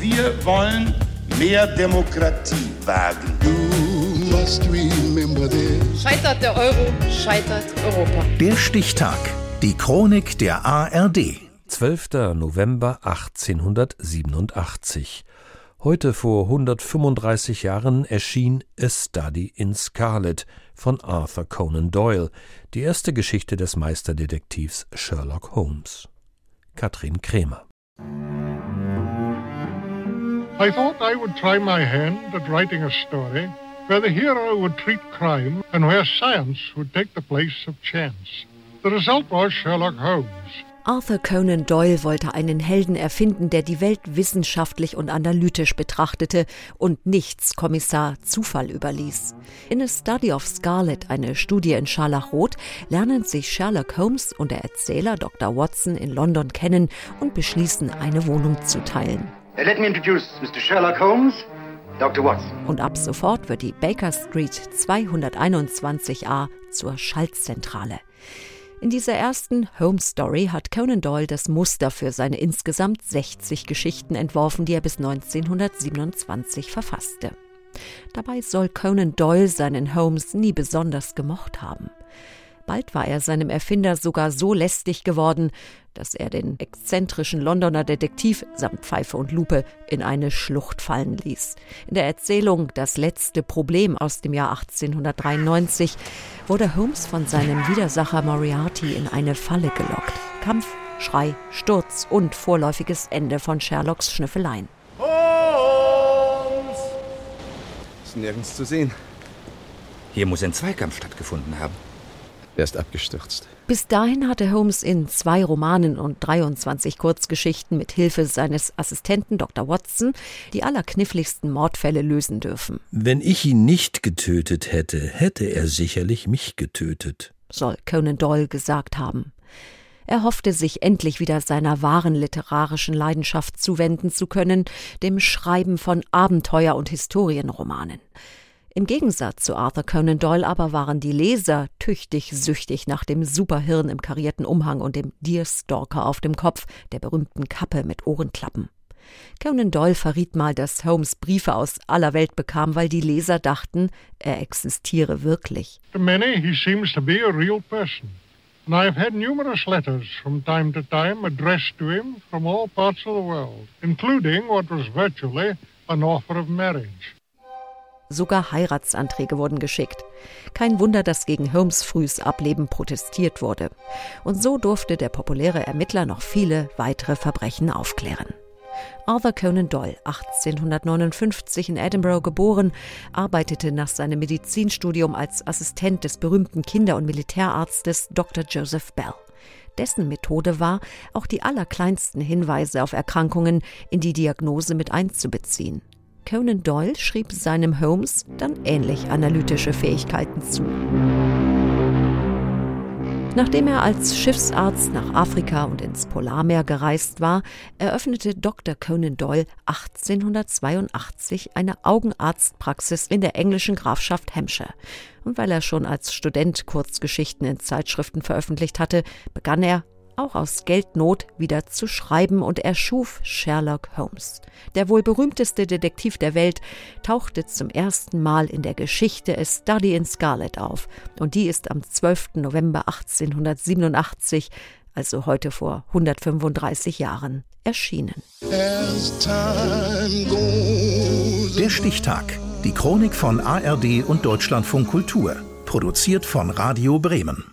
Wir wollen mehr Demokratie wagen. Scheitert der Euro, scheitert Europa. Der Stichtag. Die Chronik der ARD. 12. November 1887. Heute vor 135 Jahren erschien A Study in Scarlet von Arthur Conan Doyle, die erste Geschichte des Meisterdetektivs Sherlock Holmes. Katrin Krämer. I thought I would try my hand at writing a story where the hero would treat crime and where science would take the place of chance. The result was Sherlock Holmes. Arthur Conan Doyle wollte einen Helden erfinden, der die Welt wissenschaftlich und analytisch betrachtete und nichts Kommissar Zufall überließ. In A Study of Scarlet, eine Studie in Scharlachrot, lernen sich Sherlock Holmes und der Erzähler Dr. Watson in London kennen und beschließen, eine Wohnung zu teilen. Let me introduce Mr. Sherlock Holmes, Dr. Watson. Und ab sofort wird die Baker Street 221a zur Schaltzentrale. In dieser ersten Holmes-Story hat Conan Doyle das Muster für seine insgesamt 60 Geschichten entworfen, die er bis 1927 verfasste. Dabei soll Conan Doyle seinen Holmes nie besonders gemocht haben. Bald war er seinem Erfinder sogar so lästig geworden, dass er den exzentrischen Londoner Detektiv samt Pfeife und Lupe in eine Schlucht fallen ließ. In der Erzählung Das letzte Problem aus dem Jahr 1893 wurde Holmes von seinem Widersacher Moriarty in eine Falle gelockt. Kampf, Schrei, Sturz und vorläufiges Ende von Sherlocks Schnüffeleien. Holmes! Ist nirgends zu sehen. Hier muss ein Zweikampf stattgefunden haben. Er ist abgestürzt. Bis dahin hatte Holmes in 2 Romanen und 23 Kurzgeschichten mit Hilfe seines Assistenten Dr. Watson die allerkniffligsten Mordfälle lösen dürfen. Wenn ich ihn nicht getötet hätte, hätte er sicherlich mich getötet, soll Conan Doyle gesagt haben. Er hoffte, sich endlich wieder seiner wahren literarischen Leidenschaft zuwenden zu können, dem Schreiben von Abenteuer- und Historienromanen. Im Gegensatz zu Arthur Conan Doyle aber waren die Leser tüchtig süchtig nach dem Superhirn im karierten Umhang und dem Deerstalker auf dem Kopf, der berühmten Kappe mit Ohrenklappen. Conan Doyle verriet mal, dass Holmes Briefe aus aller Welt bekam, weil die Leser dachten, er existiere wirklich. To many he seems to be a real person. And I have had numerous letters from time to time addressed to him from all parts of the world, including what was virtually an offer of marriage. Sogar Heiratsanträge wurden geschickt. Kein Wunder, dass gegen Holmes' frühes Ableben protestiert wurde. Und so durfte der populäre Ermittler noch viele weitere Verbrechen aufklären. Arthur Conan Doyle, 1859 in Edinburgh geboren, arbeitete nach seinem Medizinstudium als Assistent des berühmten Kinder- und Militärarztes Dr. Joseph Bell. Dessen Methode war, auch die allerkleinsten Hinweise auf Erkrankungen in die Diagnose mit einzubeziehen. Conan Doyle schrieb seinem Holmes dann ähnlich analytische Fähigkeiten zu. Nachdem er als Schiffsarzt nach Afrika und ins Polarmeer gereist war, eröffnete Dr. Conan Doyle 1882 eine Augenarztpraxis in der englischen Grafschaft Hampshire. Und weil er schon als Student Kurzgeschichten in Zeitschriften veröffentlicht hatte, begann er, auch aus Geldnot, wieder zu schreiben und erschuf Sherlock Holmes. Der wohl berühmteste Detektiv der Welt tauchte zum ersten Mal in der Geschichte A Study in Scarlet auf. Und die ist am 12. November 1887, also heute vor 135 Jahren, erschienen. Der Stichtag. Die Chronik von ARD und Deutschlandfunk Kultur. Produziert von Radio Bremen.